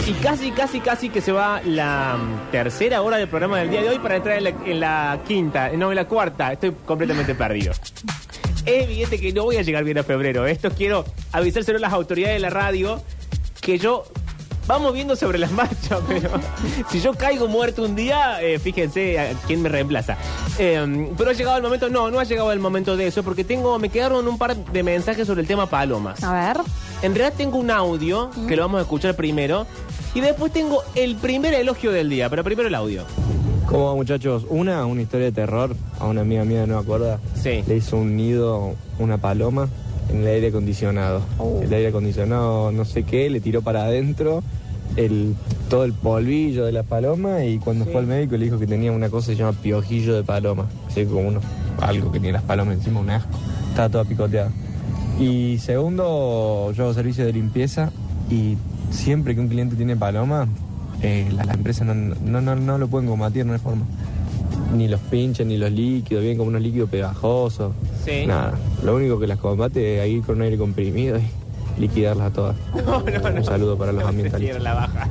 Y casi que se va la tercera hora del programa del día de hoy para entrar en la quinta, no, en la cuarta. Estoy completamente perdido. Es evidente que no voy a llegar bien a febrero. Esto quiero avisárselo a las autoridades de la radio, que yo... Vamos viendo sobre las marchas, pero si yo caigo muerto un día, fíjense a quién me reemplaza. Pero ha llegado el momento, no ha llegado el momento de eso, porque me quedaron un par de mensajes sobre el tema palomas. A ver. En realidad tengo un audio, que lo vamos a escuchar primero, y después tengo el primer elogio del día, pero primero el audio. ¿Cómo va, muchachos? Una historia de terror a una amiga mía, no me acuerdo. Sí. Le hizo un nido una paloma en el aire acondicionado. El aire acondicionado no sé qué, le tiró para adentro todo el polvillo de la paloma, y cuando fue al médico le dijo que tenía una cosa que se llama piojillo de paloma. Así como algo que tiene las palomas encima, un asco. Estaba toda picoteada. Y segundo, yo hago servicio de limpieza, y siempre que un cliente tiene paloma, la empresa no lo pueden combatir, no hay forma. Ni los pinches, ni los líquidos, vienen como unos líquidos pegajosos. Sí. Nada, lo único que las combate es ir con un aire comprimido y liquidarlas a todas. Un saludo para los ambientalistas. La baja.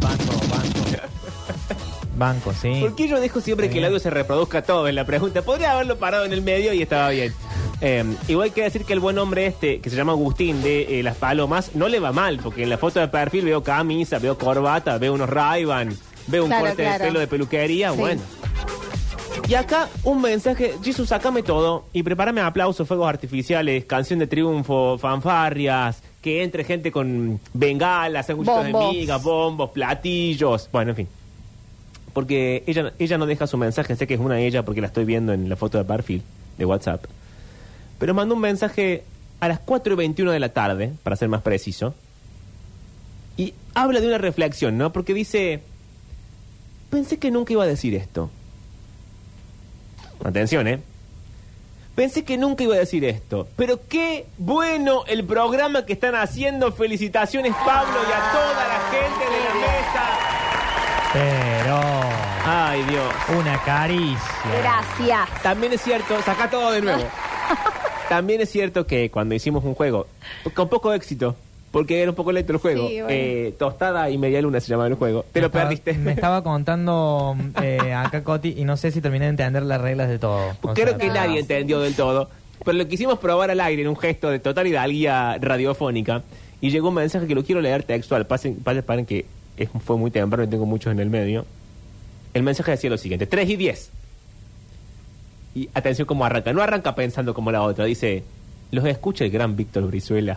Banco, sí. ¿Por qué yo dejo siempre que el audio se reproduzca todo en la pregunta? Podría haberlo parado en el medio y estaba bien. Igual hay que decir que el buen hombre que se llama Agustín, de las palomas, no le va mal, porque en la foto de perfil veo camisa, veo corbata, veo unos Ray-Ban, veo un corte de pelo de peluquería, sí. Bueno. Y acá un mensaje: Jesús, sacame todo y prepárame aplausos, fuegos artificiales, canción de triunfo, fanfarrias, que entre gente con bengalas, sanguchitos de miga, bombos, platillos, bueno, en fin. Porque ella no deja su mensaje, sé que es una de ellas porque la estoy viendo en la foto de perfil de WhatsApp. Pero mandó un mensaje a las 4:21 de la tarde, para ser más preciso, y habla de una reflexión, ¿no? Porque dice: pensé que nunca iba a decir esto. Atención, Pensé que nunca iba a decir esto, pero qué bueno el programa que están haciendo. Felicitaciones, Pablo, y a toda la gente de la mesa. Pero... ay, Dios. Una caricia. Gracias. También es cierto, saca todo de nuevo. También es cierto que cuando hicimos un juego, con poco éxito, porque era un poco lento el juego, sí, bueno. Tostada y Media Luna se llamaba el juego. Te lo perdiste. Me estaba contando acá Coti, y no sé si terminé de entender las reglas de todo. Creo que nadie entendió del todo, pero lo quisimos probar al aire en un gesto de total hidalguía radiofónica, y llegó un mensaje que lo quiero leer textual. Paren que fue muy temprano y tengo muchos en el medio. El mensaje decía lo siguiente: 3:10. Y atención cómo arranca. No arranca pensando como la otra. Dice: los escucha el gran Víctor Brizuela.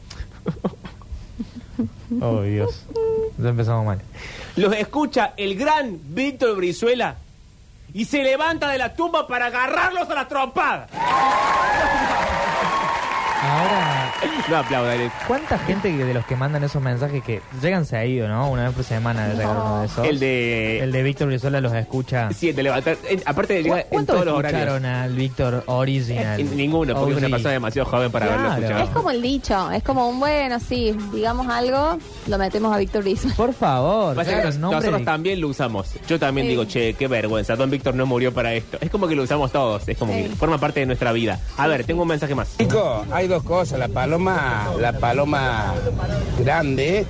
Oh, Dios. Ya empezamos mal. Los escucha el gran Víctor Brizuela y se levanta de la tumba para agarrarlos a la trompada. Ahora, no aplaudan. ¿Cuánta gente de los que mandan esos mensajes que llegan seguido, ¿no? Una vez por semana de regalar uno de esos. El de Víctor Brizuela los escucha. Sí, el de levantar. Aparte de llegar en todos los horarios. ¿Cuántos escucharon al Víctor original? Ninguno, porque es una persona demasiado joven para haberlo escuchado. Es como el dicho, es como un bueno, sí, digamos algo, lo metemos a Víctor Brizuela. Por favor. Nosotros también lo usamos. Yo también digo, che, qué vergüenza, don Víctor no murió para esto. Es como que lo usamos todos, es como que forma parte de nuestra vida. A ver, tengo un mensaje más. Chicos, hay dos cosas. La paloma grande,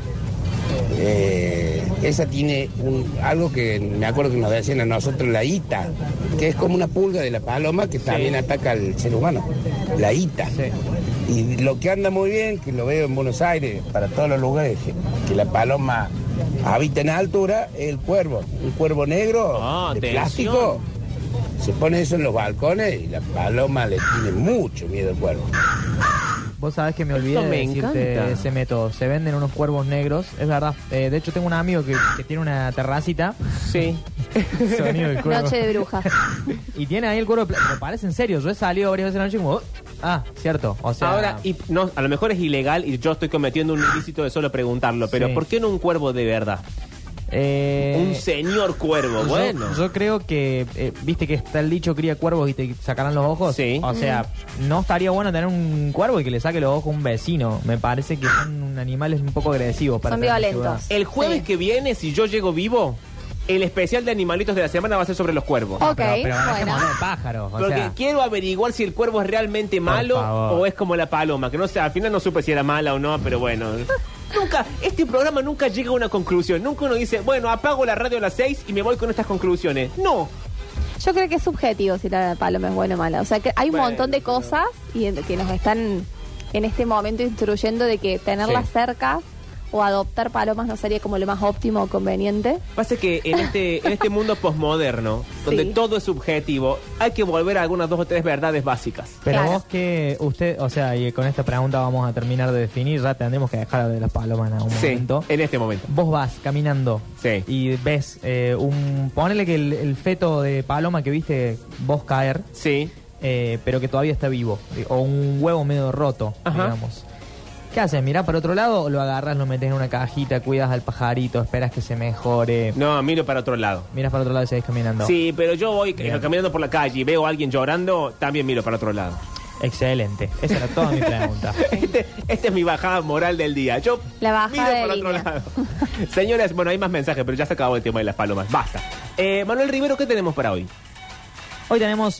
esa tiene algo que me acuerdo que nos decían a nosotros, la ita, que es como una pulga de la paloma que también ataca al ser humano, la ita. Sí. Y lo que anda muy bien, que lo veo en Buenos Aires, para todos los lugares que la paloma habita en altura, es el cuervo, un cuervo negro de plástico. Se pone eso en los balcones y la paloma le tiene mucho miedo al cuervo. Vos sabés que me olvidé de decirte ese método. Se venden unos cuervos negros, es verdad. De hecho, tengo un amigo que tiene una terracita. Sí. Sonido del cuervo. Noche de brujas. Y tiene ahí el cuervo. Me parece en serio. Yo he salido varias veces en la noche como... cierto. O sea... Ahora, a lo mejor es ilegal y yo estoy cometiendo un ilícito de solo preguntarlo, pero sí. ¿Por qué no un cuervo de verdad? Un señor cuervo, bueno. Yo creo que, viste que está el dicho, cría cuervos y te sacarán los ojos. Sí. O sea, no estaría bueno tener un cuervo y que le saque los ojos a un vecino. Me parece que son animales un poco agresivos para... Son violentos. El jueves que viene, si yo llego vivo, el especial de animalitos de la semana va a ser sobre los cuervos. Ok, pero bueno. De pájaros. Porque quiero averiguar si el cuervo es realmente malo o es como la paloma, que no sé, al final no supe si era mala o no, pero bueno. Nunca, este programa nunca llega a una conclusión. Nunca uno dice, bueno, apago la radio a las 6 y me voy con estas conclusiones. No. Yo creo que es subjetivo si la paloma es buena o mala. O sea, que hay un montón de cosas que nos están en este momento instruyendo de que tenerlas cerca o adoptar palomas no sería como lo más óptimo o conveniente. Pasa que en este mundo posmoderno, donde todo es subjetivo, hay que volver a algunas 2 o 3 verdades básicas. Pero vos que usted, o sea, y con esta pregunta vamos a terminar de definir, ya tendremos que dejar de las palomas en algún momento. En este momento. Vos vas caminando y ves ponele que el feto de paloma que viste vos caer, pero que todavía está vivo, o un huevo medio roto, digamos. ¿Qué haces? ¿Mirás para otro lado o lo agarras, lo metes en una cajita, cuidas al pajarito, esperas que se mejore? No, miro para otro lado. Miras para otro lado y seguís caminando. Sí, pero yo voy caminando por la calle y veo a alguien llorando, también miro para otro lado. Excelente. Esa era toda mi pregunta. Esta es mi bajada moral del día. Yo miro para otro lado. Señores, bueno, hay más mensajes, pero ya se acabó el tema de las palomas. Basta. Manuel Rivero, ¿qué tenemos para hoy? Hoy tenemos,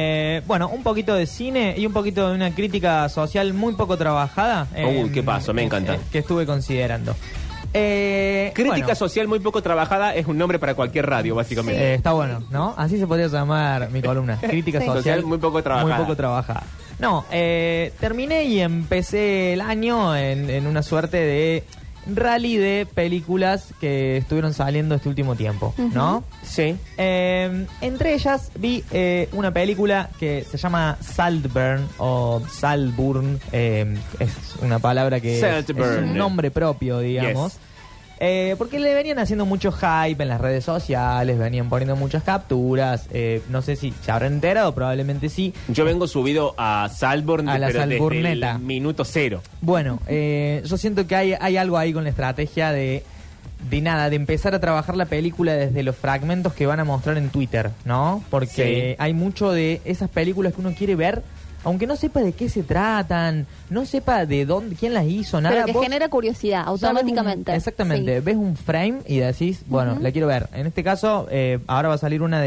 un poquito de cine y un poquito de una crítica social muy poco trabajada. ¿Qué pasó? Me encanta. Que estuve considerando. Crítica social muy poco trabajada es un nombre para cualquier radio, básicamente. Está bueno, ¿no? Así se podría llamar mi columna. Crítica social muy poco trabajada. Muy poco trabajada. No, terminé y empecé el año en una suerte de rally de películas que estuvieron saliendo este último tiempo, ¿no? Sí. Entre ellas vi una película que se llama Saltburn o Saltburn, es una palabra que es un nombre propio, digamos. Porque le venían haciendo mucho hype en las redes sociales, venían poniendo muchas capturas, no sé si se habrán enterado, probablemente sí. Yo vengo subido a Saltburn, a la pero Saltburneta. desde el minuto 0. Bueno, yo siento que hay algo ahí con la estrategia de empezar a trabajar la película desde los fragmentos que van a mostrar en Twitter, ¿no? Porque hay mucho de esas películas que uno quiere ver, aunque no sepa de qué se tratan, no sepa de dónde, quién las hizo, nada. Pero que genera curiosidad automáticamente. Exactamente, ves un frame y decís, bueno, la quiero ver. En este caso, ahora va a salir una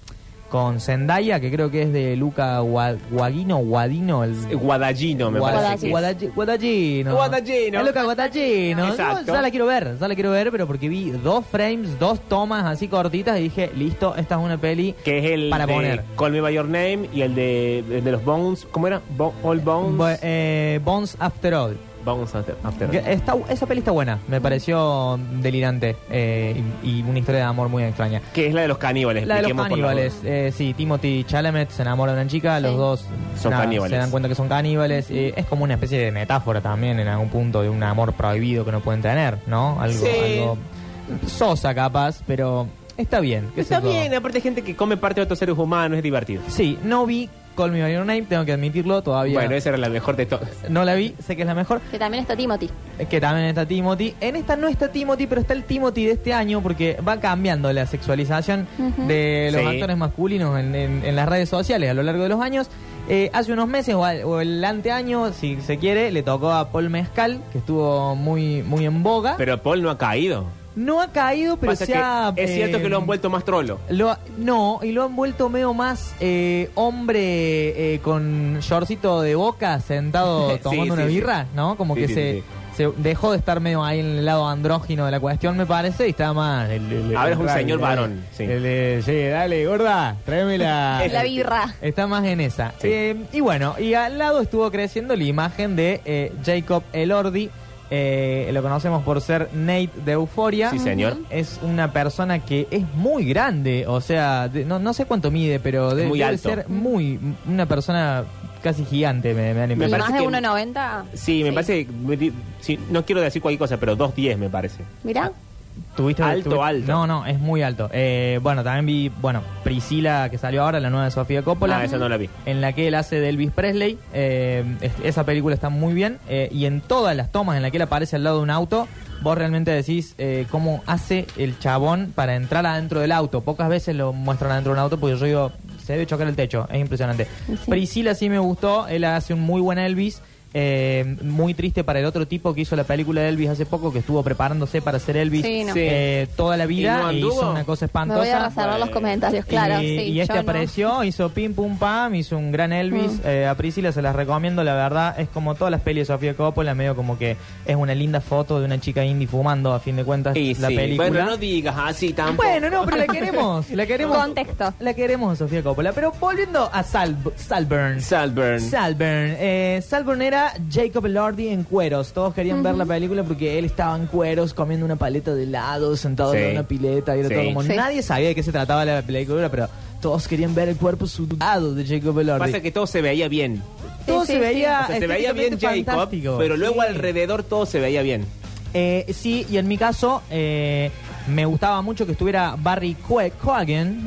con Zendaya, que creo que es de Luca Guadagnino. Guadagnino, me parece. Guadagnino. Es Luca Guadagnino. Exacto. Ya la quiero ver, pero porque vi 2 frames, 2 tomas así cortitas y dije, listo, esta es una peli que es el para de poner. Call Me By Your Name y el de los Bones, ¿cómo era? All Bones. Bones After All. Bones After All. Esa peli está buena, me pareció delirante y una historia de amor muy extraña. Que es la de los caníbales. La de los caníbales, sí, Timothy Chalamet se enamora de una chica, los dos son caníbales. Se dan cuenta que son caníbales. Es como una especie de metáfora también en algún punto de un amor prohibido que no pueden tener, ¿no? Algo sosa capaz, pero está bien. Está bien, aparte hay gente que come parte de otros seres humanos, es divertido. Sí, no vi Call Me By Your Name, tengo que admitirlo, todavía. Bueno, esa era la mejor de todas. No la vi, sé que es la mejor. Que también está Timothy. En esta no está Timothy, pero está el Timothy de este año porque va cambiando la sexualización de los actores masculinos en las redes sociales a lo largo de los años. Hace unos meses o el anteaño, si se quiere, le tocó a Paul Mescal, que estuvo muy, muy en boga. Pero Paul no ha caído. No ha caído, pero es cierto que lo han vuelto más trolo. Y lo han vuelto medio más hombre con shortcito de Boca sentado tomando una birra, ¿no? Como que se dejó de estar medio ahí en el lado andrógino de la cuestión, me parece, y está más... Ahora es un señor varón. Sí, dale, gorda, tráeme la birra. Está más en esa. Sí. Y bueno, y al lado estuvo creciendo la imagen de Jacob Elordi. Lo conocemos por ser Nate de Euphoria. Sí, señor. Es una persona que es muy grande, o sea, no sé cuánto mide, pero debe ser una persona casi gigante, me da la impresión. ¿Más de 1,90? Sí, me parece que, no quiero decir cualquier cosa, pero 2,10 me parece. Mirá. ¿Tuviste alto? No, es muy alto. También vi, Priscila, que salió ahora, la nueva de Sofía Coppola. Esa no la vi. En la que él hace de Elvis Presley. Esa película está muy bien. Y en todas las tomas en la que él aparece al lado de un auto, vos realmente decís cómo hace el chabón para entrar adentro del auto. Pocas veces lo muestran adentro de un auto porque yo digo, se debe chocar el techo. Es impresionante. Sí. Priscila sí me gustó. Él hace un muy buen Elvis. Muy triste para el otro tipo que hizo la película de Elvis hace poco, que estuvo preparándose para ser Elvis toda la vida y hizo una cosa espantosa. Me voy a reservar los comentarios, claro. Y apareció, hizo pim pum pam, hizo un gran Elvis. A Priscila se las recomiendo, la verdad. Es como todas las pelis de Sofía Coppola, medio como que es una linda foto de una chica indie fumando, a fin de cuentas, la película. Bueno, no digas así tampoco. Bueno, no, pero la queremos. Contexto. La queremos a Sofía Coppola. Pero volviendo a Saltburn. Saltburn era Jacob Elordi en cueros. Todos querían ver la película porque él estaba en cueros comiendo una paleta de helado, sentado en una pileta. Y era todo como... Nadie sabía de qué se trataba la película, pero todos querían ver el cuerpo sudado de Jacob Elordi. Pasa que todo se veía bien. Todo se veía... O sea, se veía bien Jacob, pero luego alrededor todo se veía bien. Sí, y en mi caso... me gustaba mucho que estuviera Barry Keoghan,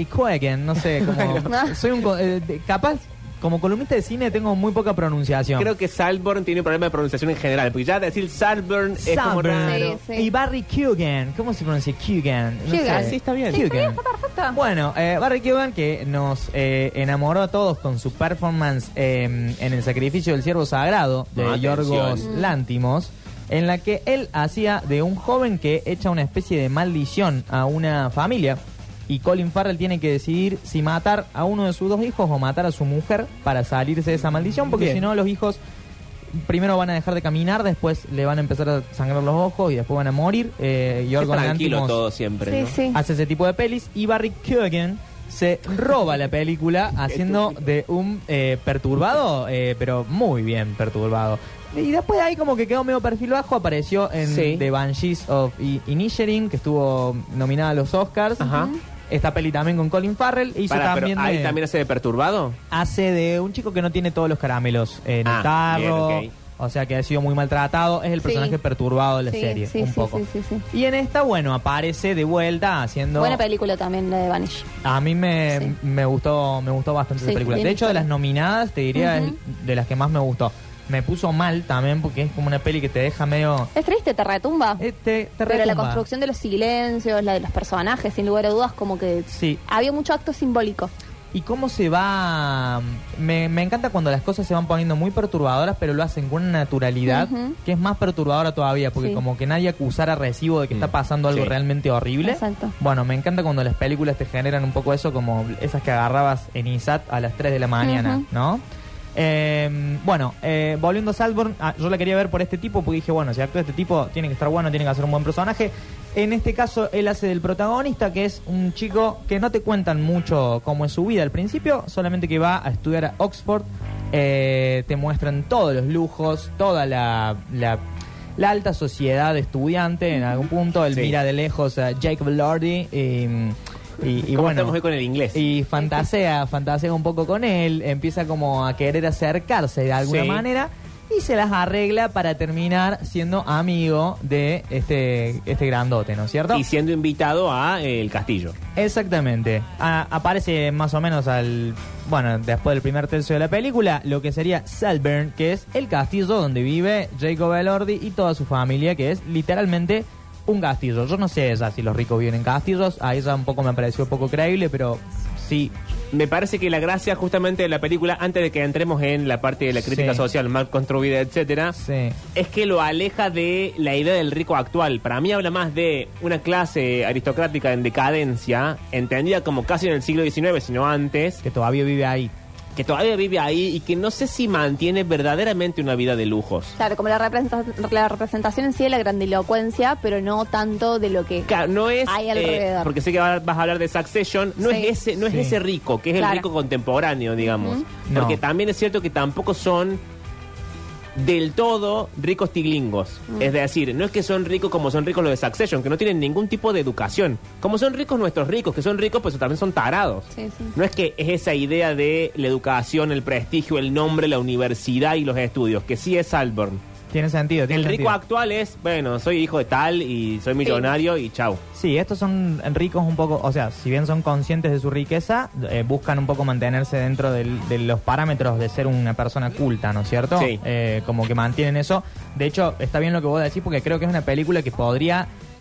no sé, como soy un capaz como columnista de cine tengo muy poca pronunciación. Creo que Saltburn tiene un problema de pronunciación en general, porque ya decir Saltburn es como raro. Sí. Y Barry Keoghan, ¿cómo se pronuncia? Keoghan. No sé. Sí, está bien. Está perfecto. Bueno, Barry Keoghan, que nos enamoró a todos con su performance en El sacrificio del ciervo sagrado de Yorgos Lanthimos, en la que él hacía de un joven que echa una especie de maldición a una familia, y Colin Farrell tiene que decidir si matar a uno de sus dos hijos o matar a su mujer para salirse de esa maldición, porque si no los hijos primero van a dejar de caminar, después le van a empezar a sangrar los ojos y después van a morir. Yorgos Lanthimos todo siempre, ¿no? Hace ese tipo de pelis, y Barry Keoghan se roba la película haciendo de un perturbado, pero muy bien perturbado. Y después de ahí como que quedó medio perfil bajo, apareció en The Banshees of Inisherin, que estuvo nominada a los Oscars. Ajá. Esta peli también con Colin Farrell. También ¿ahí también hace de perturbado? Hace de un chico que no tiene todos los caramelos en el tarro. Bien, okay. O sea que ha sido muy maltratado. Es el personaje perturbado de la serie, un poco. Sí. Y en esta, bueno, aparece de vuelta haciendo... Buena película también, la de Vanish. A mí me gustó bastante esa película. De hecho, de las nominadas, te diría, es de las que más me gustó. Me puso mal también porque es como una peli que te deja medio... Es triste, te retumba. Te Pero retumba. la construcción de los silencios, la de los personajes, sin lugar a dudas, como que había mucho acto simbólico. Y cómo se va... Me encanta cuando las cosas se van poniendo muy perturbadoras, pero lo hacen con una naturalidad que es más perturbadora todavía, porque como que nadie acusara a recibo de que está pasando algo realmente horrible. Exacto. Bueno, me encanta cuando las películas te generan un poco eso, como esas que agarrabas en ISAT a las 3 de la mañana, ¿no? Volviendo a Saltburn, yo la quería ver por este tipo, porque dije, bueno, si actúa este tipo, tiene que estar bueno, tiene que hacer un buen personaje. En este caso, él hace del protagonista, que es un chico que no te cuentan mucho cómo es su vida al principio, solamente que va a estudiar a Oxford. Te muestran todos los lujos, toda la alta sociedad de estudiante en algún punto. Él mira de lejos a Jacob Elordi y bueno, estamos hoy con el inglés. Y fantasea un poco con él, empieza como a querer acercarse de alguna manera y se las arregla para terminar siendo amigo de este grandote, ¿no es cierto? Y siendo invitado a el castillo. Exactamente. Aparece más o menos después del primer tercio de la película, lo que sería Saltburn, que es el castillo donde vive Jacob Elordi y toda su familia, que es literalmente un castillo. Yo no sé ya si los ricos viven en castillos, ahí ya un poco me pareció poco creíble, pero sí. Me parece que la gracia justamente de la película, antes de que entremos en la parte de la crítica social mal construida, etcétera, es que lo aleja de la idea del rico actual. Para mí habla más de una clase aristocrática en decadencia, entendida como casi en el siglo XIX, sino antes. Que todavía vive ahí. Y que no sé si mantiene verdaderamente una vida de lujos. Claro, como la representación en sí de la grandilocuencia, pero no tanto de lo que no es, hay alrededor. Porque sé que vas a hablar de Succession, no es ese rico, que es el rico contemporáneo, digamos. Porque también es cierto que tampoco son del todo ricos tiglingos. Es decir, no es que son ricos como son ricos los de Succession, que no tienen ningún tipo de educación. Como son ricos nuestros ricos, que son ricos, pues también son tarados. No es que es esa idea de la educación, el prestigio, el nombre, la universidad y los estudios, que sí es Saltburn. Tiene sentido. El rico actual es, bueno, soy hijo de tal y soy millonario y chau. Sí, estos son ricos un poco, o sea, si bien son conscientes de su riqueza, buscan un poco mantenerse dentro de los parámetros de ser una persona culta, ¿no es cierto? Sí. Como que mantienen eso. De hecho, está bien lo que vos decís, porque creo que es una película que podría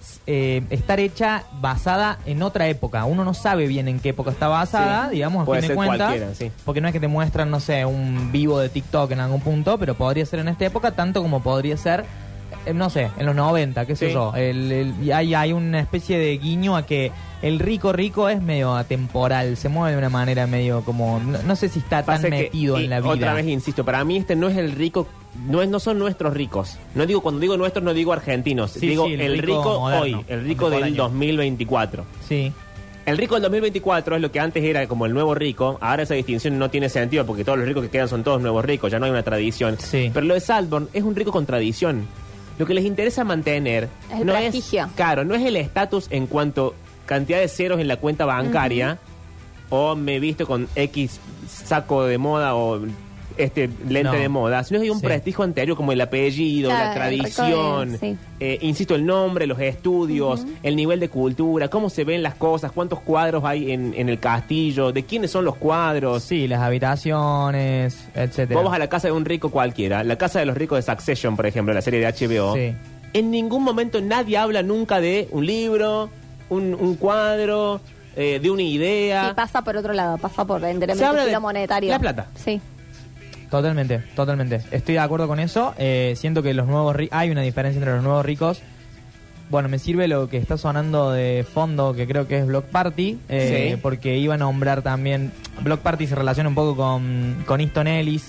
estar hecha basada en otra época. Uno no sabe bien en qué época está basada, digamos, a fin de cuentas. Porque no es que te muestran, no sé, un vivo de TikTok en algún punto, pero podría ser en esta época, tanto como podría ser, no sé, en los 90, qué sé yo. Hay una especie de guiño a que el rico es medio atemporal, se mueve de una manera medio como, no sé si está tan metido en la vida. Otra vez insisto, para mí no es el rico, no son nuestros ricos. No digo, cuando digo nuestros, no digo argentinos, digo el rico moderno, hoy, el rico del 2024. Sí. El rico del 2024 es lo que antes era como el nuevo rico. Ahora esa distinción no tiene sentido porque todos los ricos que quedan son todos nuevos ricos, ya no hay una tradición. Sí. Pero lo de Saltburn es un rico con tradición. Lo que les interesa mantener el prestigio. No es el estatus en cuanto cantidad de ceros en la cuenta bancaria, o me he visto con X saco de moda o lente de moda, sino hay un prestigio anterior como el apellido, la tradición, insisto, el nombre, los estudios, el nivel de cultura, cómo se ven las cosas, cuántos cuadros hay en el castillo, de quiénes son los cuadros. Sí, las habitaciones, etcétera. Vamos a la casa de un rico cualquiera, la casa de los ricos de Succession, por ejemplo, la serie de HBO. Sí. En ningún momento nadie habla nunca de un libro, un cuadro, de una idea. Sí, pasa por otro lado, pasa por enteramente lo monetario. La plata. Sí. Totalmente. Estoy de acuerdo con eso. Siento que los nuevos hay una diferencia entre los nuevos ricos. Bueno, me sirve lo que está sonando de fondo, que creo que es Block Party, porque iba a nombrar también... Block Party se relaciona un poco con Easton Ellis.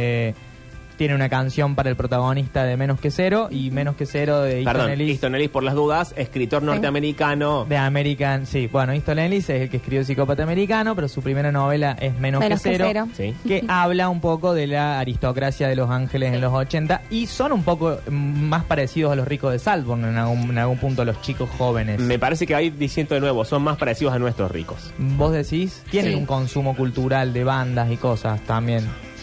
Tiene una canción para el protagonista de Menos que Cero y Menos que Cero de Easton Ellis. Easton Ellis, por las dudas, escritor norteamericano. De American, sí. Bueno, Easton Ellis es el que escribió Psicópata Americano, pero su primera novela es Menos que Cero. Sí. Que habla un poco de la aristocracia de Los Ángeles en los 80 y son un poco más parecidos a los ricos de Saltburn en algún punto, los chicos jóvenes. Me parece que ahí, diciendo de nuevo, son más parecidos a nuestros ricos. ¿Vos decís? Tienen un consumo cultural de bandas y cosas también.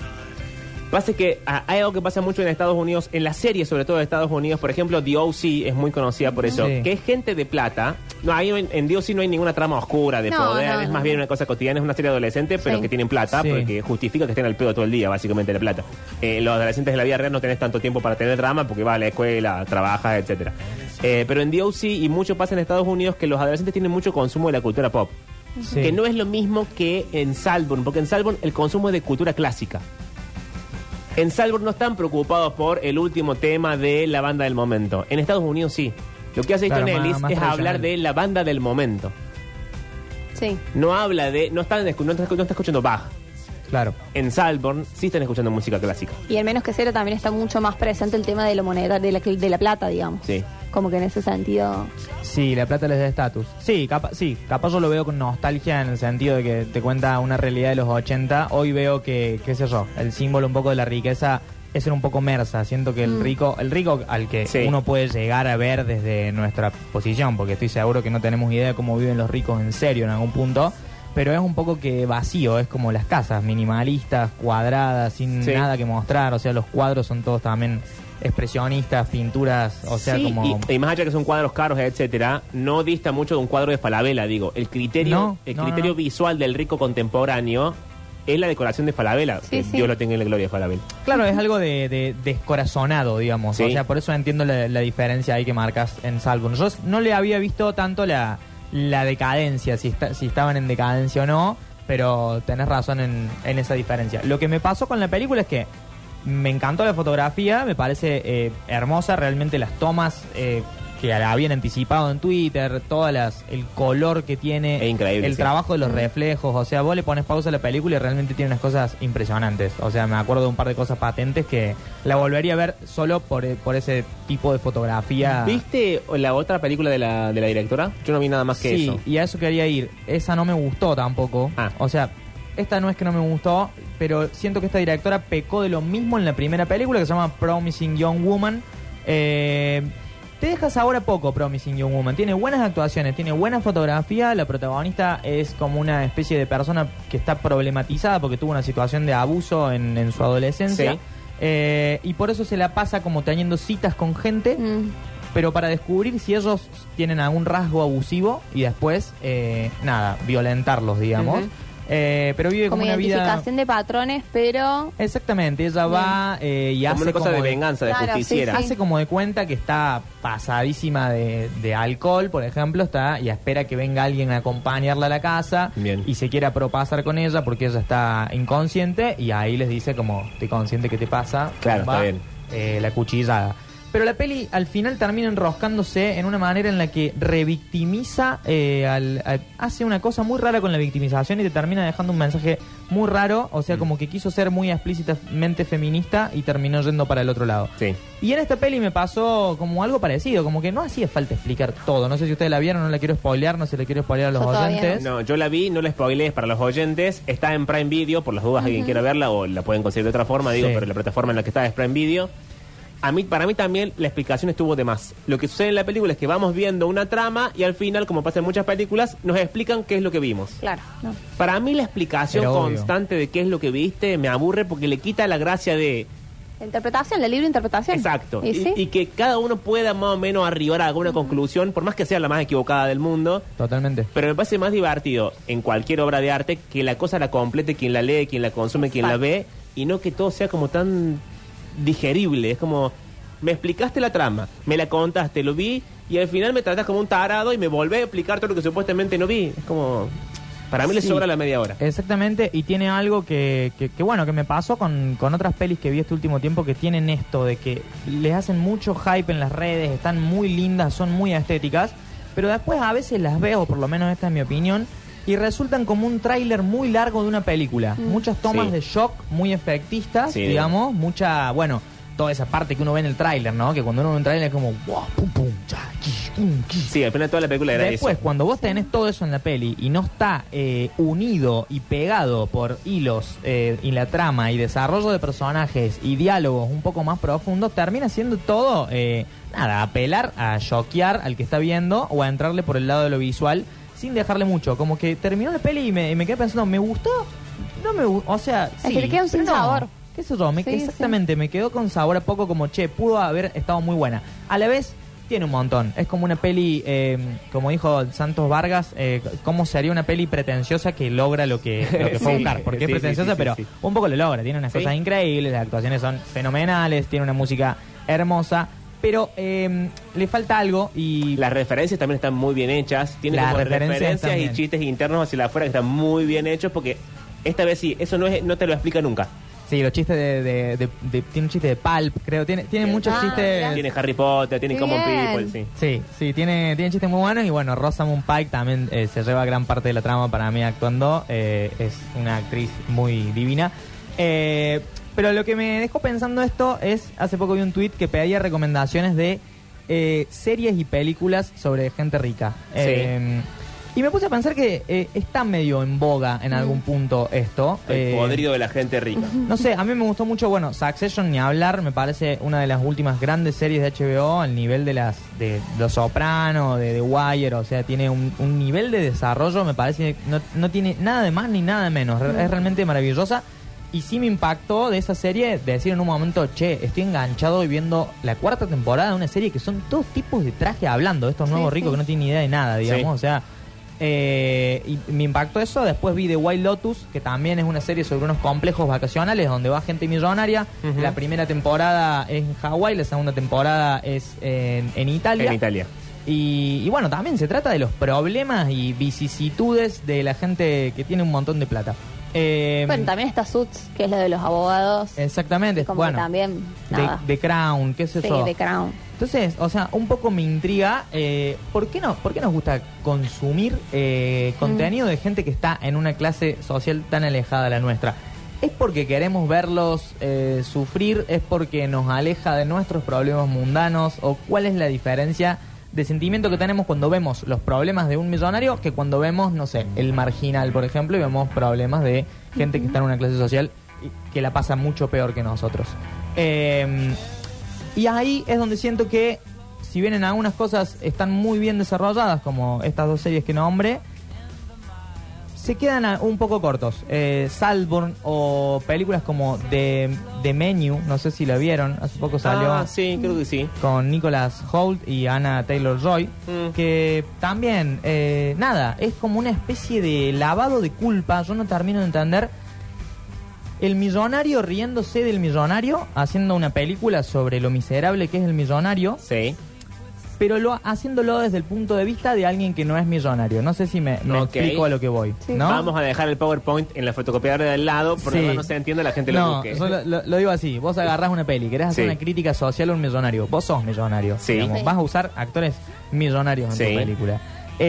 Pasa que hay algo que pasa mucho en Estados Unidos, en las series sobre todo de Estados Unidos, por ejemplo, The O.C. es muy conocida por eso, que es gente de plata. No, ahí en The O.C. no hay ninguna trama oscura de poder, es más bien una cosa cotidiana, es una serie adolescente, pero que tienen plata, porque justifica que estén al pedo todo el día, básicamente, la plata. Los adolescentes de la vida real no tenés tanto tiempo para tener drama porque vas a la escuela, trabajas, etcétera. Pero en The O.C. y mucho pasa en Estados Unidos que los adolescentes tienen mucho consumo de la cultura pop, que no es lo mismo que en Saltburn, porque en Saltburn el consumo es de cultura clásica. En Saltburn no están preocupados por el último tema de la banda del momento. En Estados Unidos sí. Lo que hace Easton Ellis es hablar de la banda del momento. Sí. No habla de... No está escuchando Bach. Claro. En Saltburn sí están escuchando música clásica. Y en Menos que Cero también está mucho más presente el tema de la moneda, de la plata, digamos. Sí. Como que en ese sentido... Sí, la plata les da estatus. Sí, capaz yo lo veo con nostalgia en el sentido de que te cuenta una realidad de los 80. Hoy veo que, qué sé yo, el símbolo un poco de la riqueza es ser un poco mersa. Siento que el rico al que uno puede llegar a ver desde nuestra posición, porque estoy seguro que no tenemos idea de cómo viven los ricos en serio en algún punto, pero es un poco que vacío, es como las casas minimalistas, cuadradas, sin nada que mostrar. O sea, los cuadros son todos también expresionistas, pinturas, o sea, como... Y más allá que son cuadros caros, etcétera, no dista mucho de un cuadro de Falabella, digo. El criterio visual del rico contemporáneo es la decoración de Falabella. Dios lo tenga en la gloria de Falabella. Claro, es algo de descorazonado, digamos. O sea, por eso entiendo la diferencia ahí que marcas en Saltburn. Yo no le había visto tanto la decadencia, si estaban en decadencia o no, pero tenés razón en esa diferencia. Lo que me pasó con la película es que me encantó la fotografía, me parece hermosa, realmente las tomas que la habían anticipado en Twitter, el color que tiene, es increíble, el trabajo de los reflejos, o sea, vos le pones pausa a la película y realmente tiene unas cosas impresionantes. O sea, me acuerdo de un par de cosas patentes que la volvería a ver solo por ese tipo de fotografía. ¿Viste la otra película de la directora? Yo no vi nada más que eso. Sí, y a eso quería ir. Esa no me gustó tampoco. O sea, esta no es que no me gustó, pero siento que esta directora pecó de lo mismo en la primera película, que se llama Promising Young Woman. Te dejas ahora poco Promising Young Woman. Tiene buenas actuaciones, tiene buena fotografía. La protagonista es como una especie de persona que está problematizada porque tuvo una situación de abuso en su adolescencia. Y por eso se la pasa como teniendo citas con gente, pero para descubrir si ellos tienen algún rasgo abusivo y después, violentarlos, digamos. Pero vive como una vida... identificación de patrones, pero... Exactamente, ella va y hace como una cosa como de venganza, de Claro, justiciera. sí. Hace como de cuenta que está pasadísima de alcohol, por ejemplo, está y espera que venga alguien a acompañarla a la casa. Bien. Y se quiera propasar con ella porque ella está inconsciente y ahí les dice como, estoy consciente que te pasa. Claro, Va, está bien. la cuchillada. Pero la peli al final termina enroscándose en una manera en la que revictimiza, hace una cosa muy rara con la victimización y te termina dejando un mensaje muy raro, o sea, como que quiso ser muy explícitamente feminista y terminó yendo para el otro lado. Sí. Y en esta peli me pasó como algo parecido, como que no hacía falta explicar todo. No sé si ustedes la vieron, no la quiero spoilear, no se la quiero spoilear a los Yo todavía oyentes. No, yo la vi, no la spoileé para los oyentes. Está en Prime Video, por las dudas alguien quiera verla o la pueden conseguir de otra forma, digo, Sí. pero la plataforma en la que está es Prime Video. Para mí también la explicación estuvo de más. Lo que sucede en la película es que vamos viendo una trama y al final, como pasa en muchas películas, nos explican qué es lo que vimos. Claro, no. Para mí la explicación Pero obvio. constante de qué es lo que viste me aburre porque le quita la gracia de... La interpretación, la libre interpretación. Exacto. ¿Y sí? Y que cada uno pueda más o menos arribar a alguna conclusión, por más que sea la más equivocada del mundo. Totalmente. Pero me parece más divertido en cualquier obra de arte que la cosa la complete quien la lee, quien la consume, quien la Exacto. ve, y no que todo sea como tan digerible. Es como, me explicaste la trama, me la contaste, lo vi, y al final me tratás como un tarado y me volvés a explicar todo lo que supuestamente no vi. Es como, para mí le Sí. sobra la media hora. Exactamente, y tiene algo que bueno, que me pasó con otras pelis que vi este último tiempo que tienen esto de que les hacen mucho hype en las redes, están muy lindas, son muy estéticas, pero después a veces las veo, por lo menos esta es mi opinión, y resultan como un tráiler muy largo de una película. Muchas tomas Sí. de shock muy efectistas, Sí. digamos, mucha, bueno, toda esa parte que uno ve en el tráiler, ¿no? Que cuando uno ve un tráiler es como, wow, pum, pum, cha, quish, quish. Sí, al final toda la película era Después, eso. cuando vos tenés todo eso en la peli y no está unido y pegado por hilos y la trama y desarrollo de personajes y diálogos un poco más profundos, termina siendo todo, apelar a choquear al que está viendo o a entrarle por el lado de lo visual sin dejarle mucho. Como que terminó la peli y me quedé pensando, ¿me gustó? No me gustó, o sea, Es que le queda un pero sin sabor. ¿Qué sé yo? Sí, Exactamente, me quedó con sabor a poco como, che, pudo haber estado muy buena. A la vez, tiene un montón. Es como una peli, como dijo Santos Vargas, cómo se haría una peli pretenciosa que logra lo que fue a Sí, buscar. Porque es sí, pretenciosa, sí, pero sí. un poco lo logra. Tiene unas Sí. cosas increíbles, las actuaciones son fenomenales, tiene una música hermosa, pero le falta algo y... Las referencias también están muy bien hechas. Tiene Las como referencias referencias y también. chistes internos hacia afuera que están muy bien hechos porque esta vez sí, eso no te lo explica nunca. Sí, los chistes tiene un chiste de Pulp, creo. Tiene muchos Ah, chistes... mirá. Tiene Harry Potter, tiene Qué Common bien. People, sí. Sí, tiene chistes muy buenos y bueno, Rosamund Pike también se lleva gran parte de la trama para mí actuando, es una actriz muy divina. Pero lo que me dejó pensando esto es, hace poco vi un tweet que pedía recomendaciones de series y películas sobre gente rica. Sí. Y me puse a pensar que está medio en boga en algún punto esto. El podrido de la gente rica. No sé, a mí me gustó mucho, bueno, Succession ni hablar, me parece una de las últimas grandes series de HBO al nivel de Los Soprano, de The Wire, o sea, tiene un nivel de desarrollo, me parece, no tiene nada de más ni nada de menos, es realmente maravillosa. Y sí me impactó de esa serie de decir en un momento, che, estoy enganchado y viendo la cuarta temporada de una serie que son todos tipos de traje hablando, estos nuevos ricos que no tienen ni idea de nada, digamos, Sí. o sea... y me impactó eso. Después vi The White Lotus, que también es una serie sobre unos complejos vacacionales donde va gente millonaria. Ujú. La primera temporada es en Hawái, la segunda temporada es en Italia. En Italia. Y bueno, también se trata de los problemas y vicisitudes de la gente que tiene un montón de plata. Bueno, también está Suits, que es lo de los abogados. Exactamente, Como bueno, que también, nada. The Crown, qué sé Sí, yo. The Crown. Entonces, o sea, un poco me intriga, ¿por qué nos gusta consumir contenido de gente que está en una clase social tan alejada de la nuestra? ¿Es porque queremos verlos sufrir? ¿Es porque nos aleja de nuestros problemas mundanos? ¿O cuál es la diferencia de sentimiento que tenemos cuando vemos los problemas de un millonario que cuando vemos, no sé, El Marginal, por ejemplo, y vemos problemas de gente que está en una clase social y que la pasa mucho peor que nosotros? Y ahí es donde siento que, si bien en algunas cosas están muy bien desarrolladas, como estas dos series que nombré, se quedan un poco cortos. Saltburn o películas como The Menu, no sé si la vieron, hace poco salió. Sí, creo que sí. Con Nicholas Hoult y Anna Taylor-Joy, que también, nada, es como una especie de lavado de culpa. Yo no termino de entender. El millonario riéndose del millonario, haciendo una película sobre lo miserable que es el millonario. Sí. Pero haciéndolo desde el punto de vista de alguien que no es millonario. No sé si me explico a lo que voy. Sí. ¿no? Vamos a dejar el PowerPoint en la fotocopiadora del lado, porque no se entiende, la gente lo busque. No, lo digo así. Vos agarrás una peli, querés hacer una crítica social a un millonario. Vos sos millonario. Sí. Digamos. Vas a usar actores millonarios en tu película.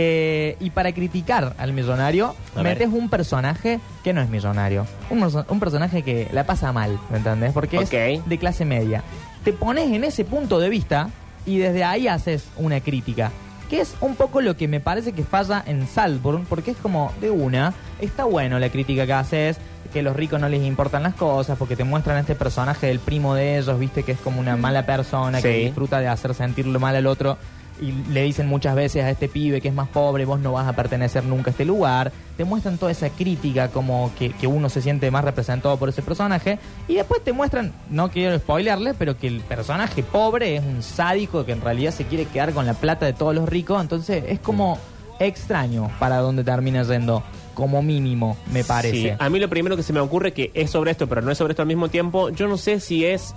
Y para criticar al millonario, metes un personaje que no es millonario. Un personaje que la pasa mal, ¿me entendés? Porque es de clase media. Te pones en ese punto de vista y desde ahí haces una crítica. Que es un poco lo que me parece que falla en Saltburn, porque es como de una, está bueno la crítica que haces, que a los ricos no les importan las cosas, porque te muestran a este personaje del primo de ellos, viste, que es como una mala persona, que disfruta de hacer sentirlo mal al otro. Y le dicen muchas veces a este pibe que es más pobre, vos no vas a pertenecer nunca a este lugar. Te muestran toda esa crítica como que uno se siente más representado por ese personaje. Y después te muestran, no quiero spoilearle, pero que el personaje pobre es un sádico que en realidad se quiere quedar con la plata de todos los ricos. Entonces es como extraño para dónde termina yendo, como mínimo, me parece. Sí, a mí lo primero que se me ocurre que es sobre esto, pero no es sobre esto al mismo tiempo. Yo no sé si es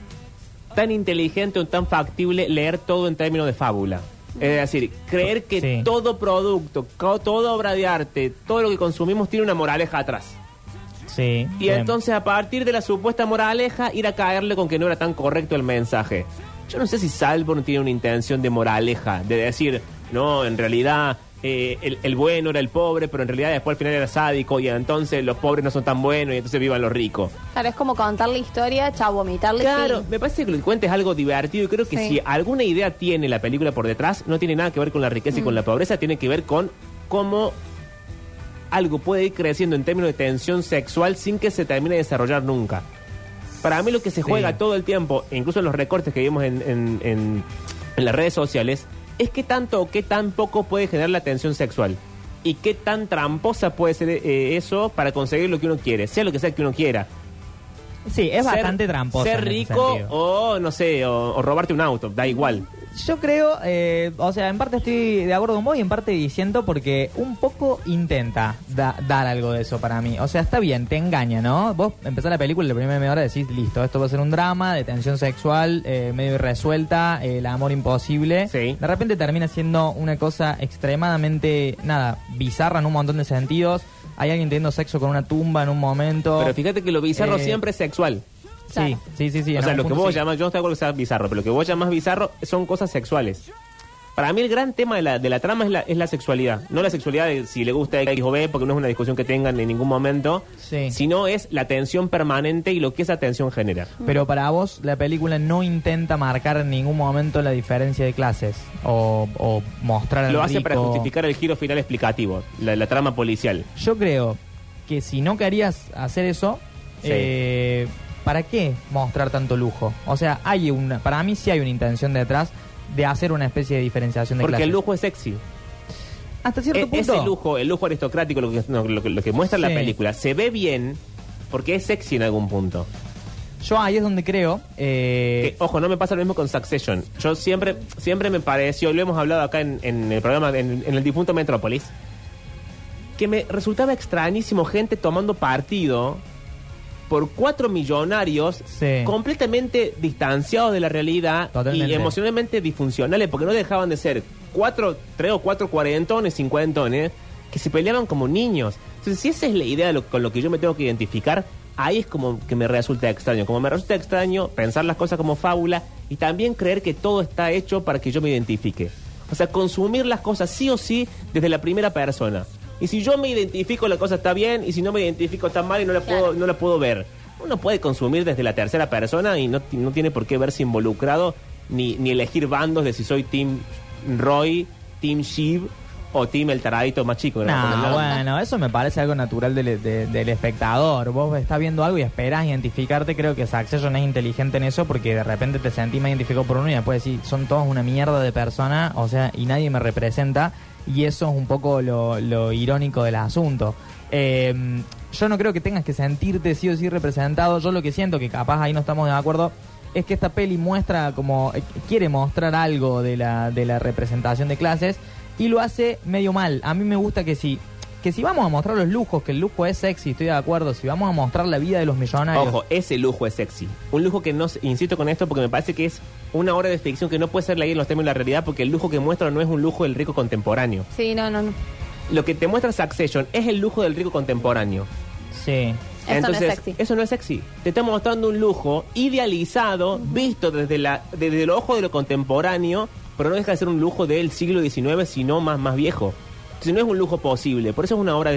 tan inteligente o tan factible leer todo en términos de fábula. Es decir, creer que todo producto, toda obra de arte, todo lo que consumimos tiene una moraleja atrás. Sí. Y entonces a partir de la supuesta moraleja ir a caerle con que no era tan correcto el mensaje. Yo no sé si Saltburn tiene una intención de moraleja, de decir, no, en realidad el bueno era el pobre, pero en realidad después al final era sádico y entonces los pobres no son tan buenos y entonces vivan los ricos. Claro, es como contar la historia, vomitarle. Claro, me parece que lo que cuenta es algo divertido y creo que si alguna idea tiene la película por detrás, no tiene nada que ver con la riqueza y con la pobreza, tiene que ver con cómo algo puede ir creciendo en términos de tensión sexual sin que se termine de desarrollar nunca. Para mí lo que se juega todo el tiempo, incluso en los recortes que vimos en las redes sociales, es qué tanto o qué tan poco puede generar la tensión sexual y qué tan tramposa puede ser eso para conseguir lo que uno quiere, sea lo que sea que uno quiera. Sí, es bastante tramposa. Ser rico o, no sé, o robarte un auto, da igual. Yo creo, o sea, en parte estoy de acuerdo con vos y en parte diciendo porque un poco intenta dar algo de eso para mí. O sea, está bien, te engaña, ¿no? Vos empezás la película y la primera media hora decís, listo, esto va a ser un drama de tensión sexual, medio irresuelta, el amor imposible. Sí. De repente termina siendo una cosa extremadamente, bizarra en un montón de sentidos. Hay alguien teniendo sexo con una tumba en un momento. Pero fíjate que lo bizarro siempre es sexual. Sí. O sea, lo que vos llamás, yo no estoy de acuerdo que sea bizarro, pero lo que vos llamás bizarro son cosas sexuales. Para mí el gran tema de la trama es la sexualidad. No la sexualidad de si le gusta X o B, porque no es una discusión que tengan en ningún momento, sino es la tensión permanente y lo que esa tensión genera. Pero para vos la película no intenta marcar en ningún momento la diferencia de clases o mostrar al Lo hace rico. para justificar el giro final explicativo, la trama policial. Yo creo que si no querías hacer eso, ¿para qué mostrar tanto lujo? O sea, para mí sí hay una intención detrás de hacer una especie de diferenciación de Porque clases. el lujo es sexy. Hasta cierto punto. Ese el lujo aristocrático, lo que muestra la película, se ve bien porque es sexy en algún punto. Yo ahí es donde creo... ojo, no me pasa lo mismo con Succession. Yo siempre me pareció, lo hemos hablado acá en el programa, en el difunto Metrópolis, que me resultaba extrañísimo gente tomando partido por 4 millonarios completamente distanciados de la realidad. Totalmente. Y emocionalmente disfuncionales, porque no dejaban de ser 3 o 4 cuarentones, 50, que se peleaban como niños. Entonces, si esa es la idea con lo que yo me tengo que identificar, ahí es como que me resulta extraño. Como me resulta extraño pensar las cosas como fábula y también creer que todo está hecho para que yo me identifique. O sea, consumir las cosas sí o sí desde la primera persona. Y si yo me identifico, la cosa está bien, y si no me identifico, está mal y no la puedo ver. Uno puede consumir desde la tercera persona y no tiene por qué verse involucrado ni elegir bandos de si soy Team Roy, Team Shiv o Team el taradito más chico. Bueno, eso me parece algo natural del espectador. Vos estás viendo algo y esperás identificarte. Creo que Succession es inteligente en eso porque de repente te sentís más identificado por uno y después decís, son todos una mierda de persona, o sea, y nadie me representa. y eso es un poco lo irónico del asunto. Yo no creo que tengas que sentirte sí o sí representado. Yo lo que siento, que capaz ahí no estamos de acuerdo, es que esta peli muestra como quiere mostrar algo de la representación de clases y lo hace medio mal. A mí me gusta que si vamos a mostrar los lujos, que el lujo es sexy, estoy de acuerdo. Si vamos a mostrar la vida de los millonarios... Ojo, ese lujo es sexy. Un lujo que no... Insisto con esto porque me parece que es una obra de ficción que no puede ser leída en los términos de la realidad, porque el lujo que muestra no es un lujo del rico contemporáneo. Sí, no. Lo que te muestra Succession es el lujo del rico contemporáneo. Sí. Entonces, no es sexy. Eso no es sexy. Te está mostrando un lujo idealizado, visto desde el ojo de lo contemporáneo, pero no deja de ser un lujo del siglo XIX, sino más viejo. Entonces no es un lujo posible. Por eso es una obra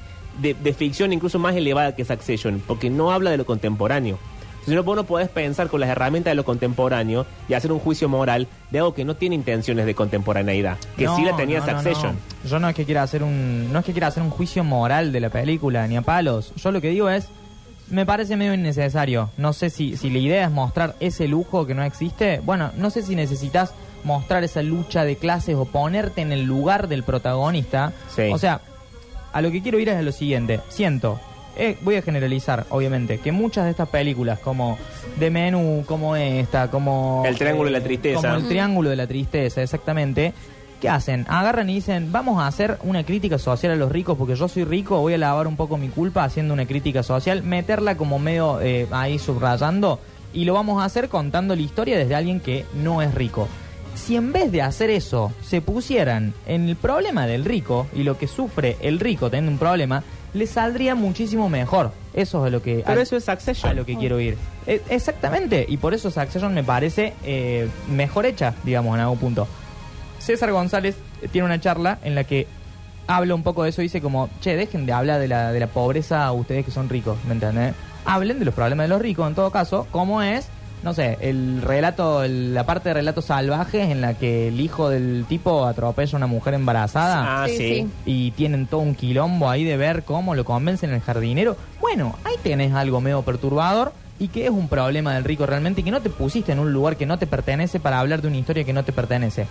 de ficción incluso más elevada que Succession, porque no habla de lo contemporáneo. Si no, vos no podés pensar con las herramientas de lo contemporáneo y hacer un juicio moral de algo que no tiene intenciones de contemporaneidad, que sí la tenía Succession. No. Yo no es que quiera hacer un juicio moral de la película, ni a palos. Yo lo que digo es, me parece medio innecesario. No sé si la idea es mostrar ese lujo que no existe. Bueno, no sé si necesitas mostrar esa lucha de clases o ponerte en el lugar del protagonista. Sí. O sea, a lo que quiero ir es a lo siguiente. Siento... voy a generalizar, obviamente, que muchas de estas películas, como The Menú, como esta, como... El Triángulo de la Tristeza. Como El Triángulo de la Tristeza, exactamente. ¿Qué hacen? Agarran y dicen, vamos a hacer una crítica social a los ricos, porque yo soy rico, voy a lavar un poco mi culpa haciendo una crítica social, meterla como medio ahí subrayando, y lo vamos a hacer contando la historia desde alguien que no es rico. Si en vez de hacer eso, se pusieran en el problema del rico, y lo que sufre el rico teniendo un problema, le saldría muchísimo mejor. Eso es lo que... Pero eso es Succession. A lo que quiero ir. Exactamente. Y por eso Succession me parece mejor hecha, digamos, en algún punto. César González tiene una charla en la que habla un poco de eso. Dice como, che, dejen de hablar de la pobreza a ustedes que son ricos, ¿me entienden? Hablen de los problemas de los ricos, en todo caso, como es... No sé, la parte de relatos salvajes en la que el hijo del tipo atropella a una mujer embarazada. Ah, sí. Y tienen todo un quilombo ahí de ver cómo lo convencen el jardinero. Bueno, ahí tenés algo medio perturbador y que es un problema del rico realmente y que no te pusiste en un lugar que no te pertenece para hablar de una historia que no te pertenece.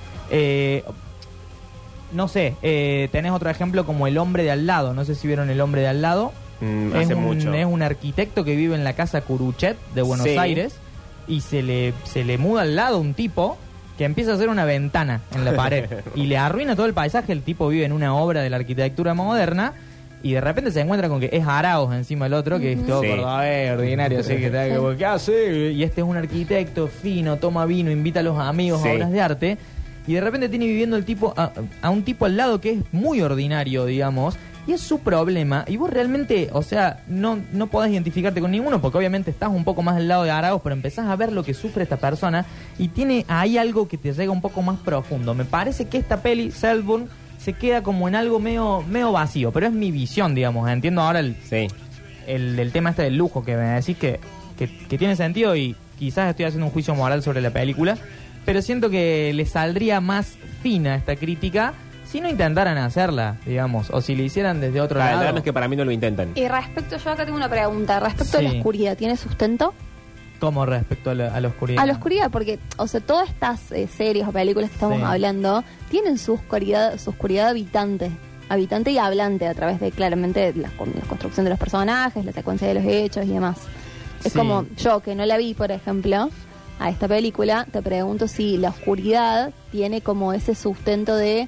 No sé, tenés otro ejemplo como El hombre de al lado. No sé si vieron El hombre de al lado. Hace mucho. Es un arquitecto que vive en la casa Curuchet de Buenos Aires. Y se le muda al lado un tipo que empieza a hacer una ventana en la pared y le arruina todo el paisaje. El tipo vive en una obra de la arquitectura moderna y de repente se encuentra con que es Arauz encima del otro, que es todo cordobés, ordinario, así que ¿qué hace? Y este es un arquitecto fino, toma vino, invita a los amigos a obras de arte y de repente tiene viviendo el tipo a un tipo al lado que es muy ordinario, digamos. Y es su problema, y vos realmente, o sea, no podés identificarte con ninguno, porque obviamente estás un poco más del lado de Arauz, pero empezás a ver lo que sufre esta persona, y tiene ahí algo que te llega un poco más profundo. Me parece que esta peli, Saltburn, se queda como en algo medio vacío, pero es mi visión, digamos. Entiendo ahora el tema este del lujo, que me decís que tiene sentido, y quizás estoy haciendo un juicio moral sobre la película, pero siento que le saldría más fina esta crítica si no intentaran hacerla, digamos, o si le hicieran desde otro lado. El drama es que para mí no lo intentan. Y respecto, yo acá tengo una pregunta, respecto a la oscuridad, ¿tiene sustento? ¿Cómo respecto a la oscuridad? A la oscuridad, porque, o sea, todas estas series o películas que estamos hablando tienen su oscuridad habitante y hablante a través de, claramente, la construcción de los personajes, la secuencia de los hechos y demás. Es como yo, que no la vi, por ejemplo, a esta película, te pregunto si la oscuridad tiene como ese sustento de...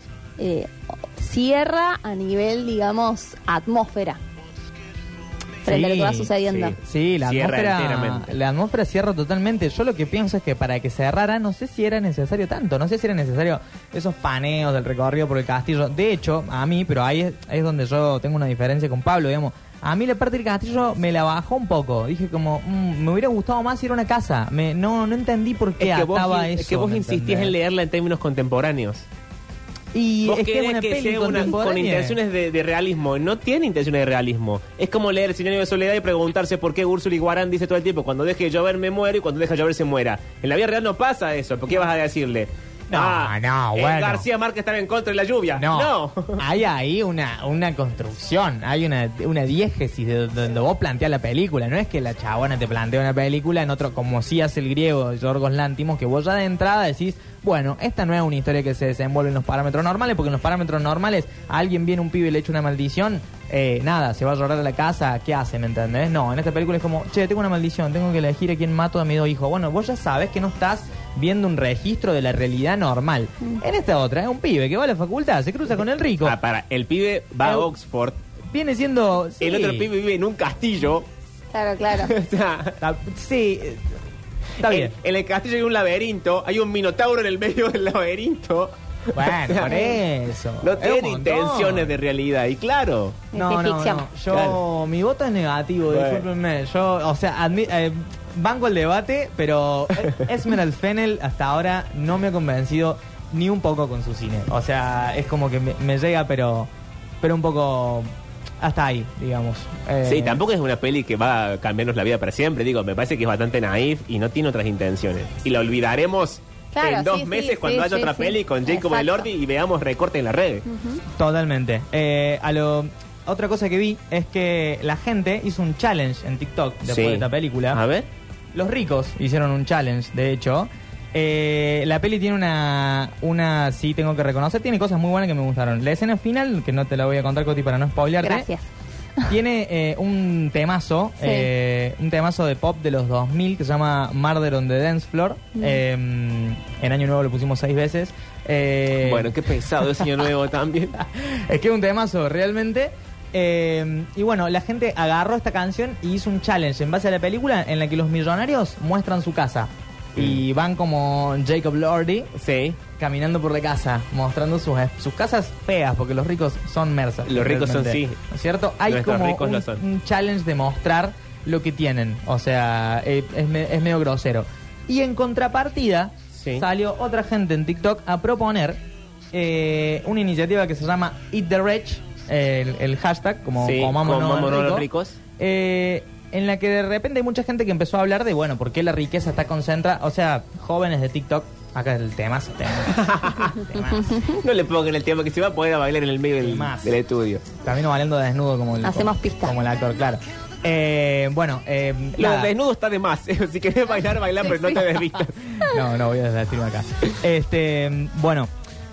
cierra a nivel, digamos, atmósfera frente a lo que va sucediendo. Sí, la atmósfera cierra totalmente. Yo lo que pienso es que para que cerrara, no sé si era necesario tanto, no sé si era necesario esos paneos del recorrido por el castillo. De hecho, a mí, pero ahí es donde yo tengo una diferencia con Pablo, digamos. A mí la parte del castillo me la bajó un poco. Dije como, me hubiera gustado más ir a una casa. No entendí por qué ataba eso. Es que vos insistías en leerla en términos contemporáneos. Y vos es que es una peli sea con intenciones de realismo. No tiene intenciones de realismo. Es como leer El 100 años de soledad y preguntarse por qué Úrsula Iguarán dice todo el tiempo: cuando deje de llover me muero, y cuando deja de llover se muera. En la vida real no pasa eso. ¿Por qué vas a decirle? bueno. García Márquez estaba en contra de la lluvia. No. Hay ahí una construcción, hay una diégesis de donde vos planteás la película. No es que la chabona te plantea una película en otro, como sí hace el griego Yorgos Lántimos, que vos ya de entrada decís, bueno, esta no es una historia que se desenvuelve en los parámetros normales, porque en los parámetros normales a alguien viene un pibe y le echa una maldición, nada, se va a llorar a la casa, ¿qué hace? ¿Me entendés? No, en esta película es como, tengo una maldición, tengo que elegir a quién mato a mis 2 hijos. Bueno, vos ya sabés que no estás viendo un registro de la realidad normal. En esta otra, es un pibe que va a la facultad, se cruza con el rico. El pibe va a Oxford. Viene siendo... Sí. El otro pibe vive en un castillo. Claro. O sea, sí, está bien. En el castillo hay un laberinto, hay un minotauro en el medio del laberinto. Bueno, por eso. No tiene intenciones de realidad, y claro. No. Yo, mi voto es negativo, discúlpenme. Yo, o sea, banco el debate, pero Esmeralda Fennell hasta ahora no me ha convencido ni un poco con su cine. O sea, es como que me llega, pero un poco hasta ahí, digamos. Sí, tampoco es una peli que va a cambiarnos la vida para siempre. Digo, me parece que es bastante naif y no tiene otras intenciones. Y la olvidaremos en 2 meses cuando haya otra peli con Jacob Elordi y veamos recorte en la red. Totalmente. Otra cosa que vi es que la gente hizo un challenge en TikTok después de esta película. A ver. Los ricos hicieron un challenge, de hecho. La peli tiene una sí tengo que reconocer, tiene cosas muy buenas que me gustaron. La escena final, que no te la voy a contar, Coti, para no spoilearte. Gracias. Tiene un temazo de pop de los 2000 que se llama Murder on the Dance Floor. En Año Nuevo lo pusimos 6 veces. Bueno, qué pesado ese Año Nuevo también. Es que es un temazo, realmente. Y bueno, la gente agarró esta canción y hizo un challenge en base a la película en la que los millonarios muestran su casa. Y van como Jacob Elordi caminando por la casa, mostrando sus casas feas, porque los ricos son mersas. Los ricos son, ¿no es cierto? Hay como un challenge de mostrar lo que tienen. O sea, es medio grosero. Y en contrapartida, salió otra gente en TikTok a proponer una iniciativa que se llama Eat the Rich, el hashtag, como comamos los ricos. En la que de repente hay mucha gente que empezó a hablar de, bueno, por qué la riqueza está concentrada. O sea, jóvenes de TikTok, acá es el temazo. No le pongan el tema que se va a poder bailar en el medio del estudio. Camino bailando desnudo como el... Hacemos pista. Como el actor, claro. Lo desnudo está de más. Si querés bailar, pero no te desvistas. No, voy a decirme acá. Bueno...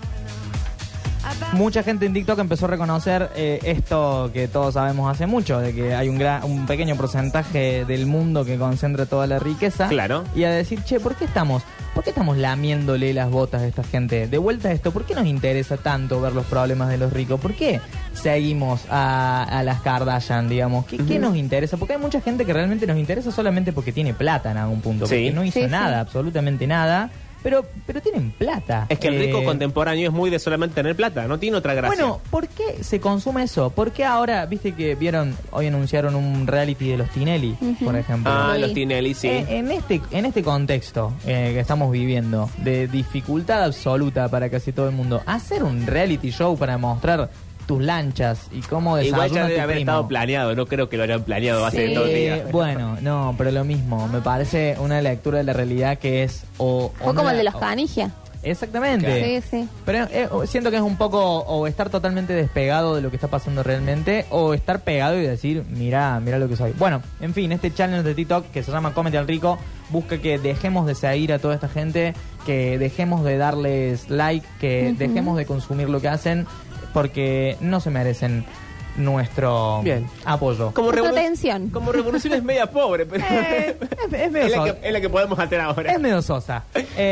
Mucha gente en TikTok empezó a reconocer esto que todos sabemos hace mucho, de que hay un pequeño porcentaje del mundo que concentra toda la riqueza. Claro. Y a decir, ¿por qué estamos lamiéndole las botas a esta gente? De vuelta a esto, ¿por qué nos interesa tanto ver los problemas de los ricos? ¿Por qué seguimos a las Kardashian, digamos? ¿Qué nos interesa? Porque hay mucha gente que realmente nos interesa solamente porque tiene plata en algún punto, porque no hizo nada, absolutamente nada. Pero tienen plata. Es que el rico contemporáneo es muy de solamente tener plata, no tiene otra gracia. Bueno, ¿por qué se consume eso? ¿Por qué ahora, viste que hoy anunciaron un reality de los Tinelli, por ejemplo? Los Tinelli, sí. En este contexto que estamos viviendo, de dificultad absoluta para casi todo el mundo, hacer un reality show para mostrar tus lanchas y cómo desayuna. Igual ya debe haber estado planeado, no creo que lo hayan planeado hace todo el día. Bueno, no, pero lo mismo, me parece una lectura de la realidad que es o como el de los Canigia. Exactamente. Sí. Pero siento que es un poco o estar totalmente despegado de lo que está pasando realmente, o estar pegado y decir, mira lo que soy. Bueno, en fin, este challenge de TikTok que se llama Cómete al Rico busca que dejemos de seguir a toda esta gente, que dejemos de darles like, que dejemos de consumir lo que hacen, porque no se merecen nuestro apoyo. Como atención. Como revolución es media pobre, pero es medio es la que podemos hacer ahora. Es medio sosa.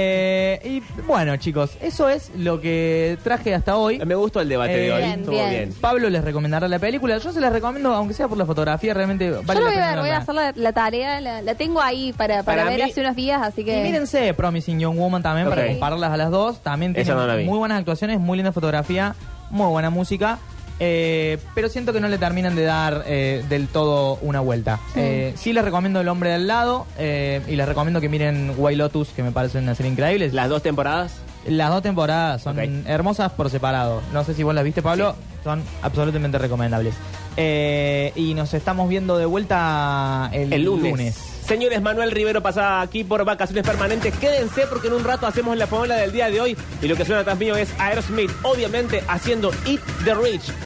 Y bueno, chicos, eso es lo que traje hasta hoy. Me gustó el debate de hoy. Estuvo bien. Pablo les recomendará la película. Yo se la recomiendo, aunque sea por la fotografía, realmente vale la pena. Voy a hacer la tarea, la tengo ahí para ver mí, hace unos días, así que... Y mírense Promising Young Woman también, para compararlas a las dos. También tiene muy buenas actuaciones, muy linda fotografía, muy buena música. Pero siento que no le terminan de dar del todo una vuelta. Sí les recomiendo El Hombre de al Lado, y les recomiendo que miren White Lotus, que me parece una serie increíble. ¿Las 2 temporadas? Las 2 temporadas son hermosas por separado. No sé si vos las viste, Pablo. Sí. Son absolutamente recomendables. Y nos estamos viendo de vuelta el lunes. Señores, Manuel Rivero pasa aquí por vacaciones permanentes. Quédense porque en un rato hacemos la famola del día de hoy. Y lo que suena atrás mío es Aerosmith, obviamente haciendo Eat the Rich.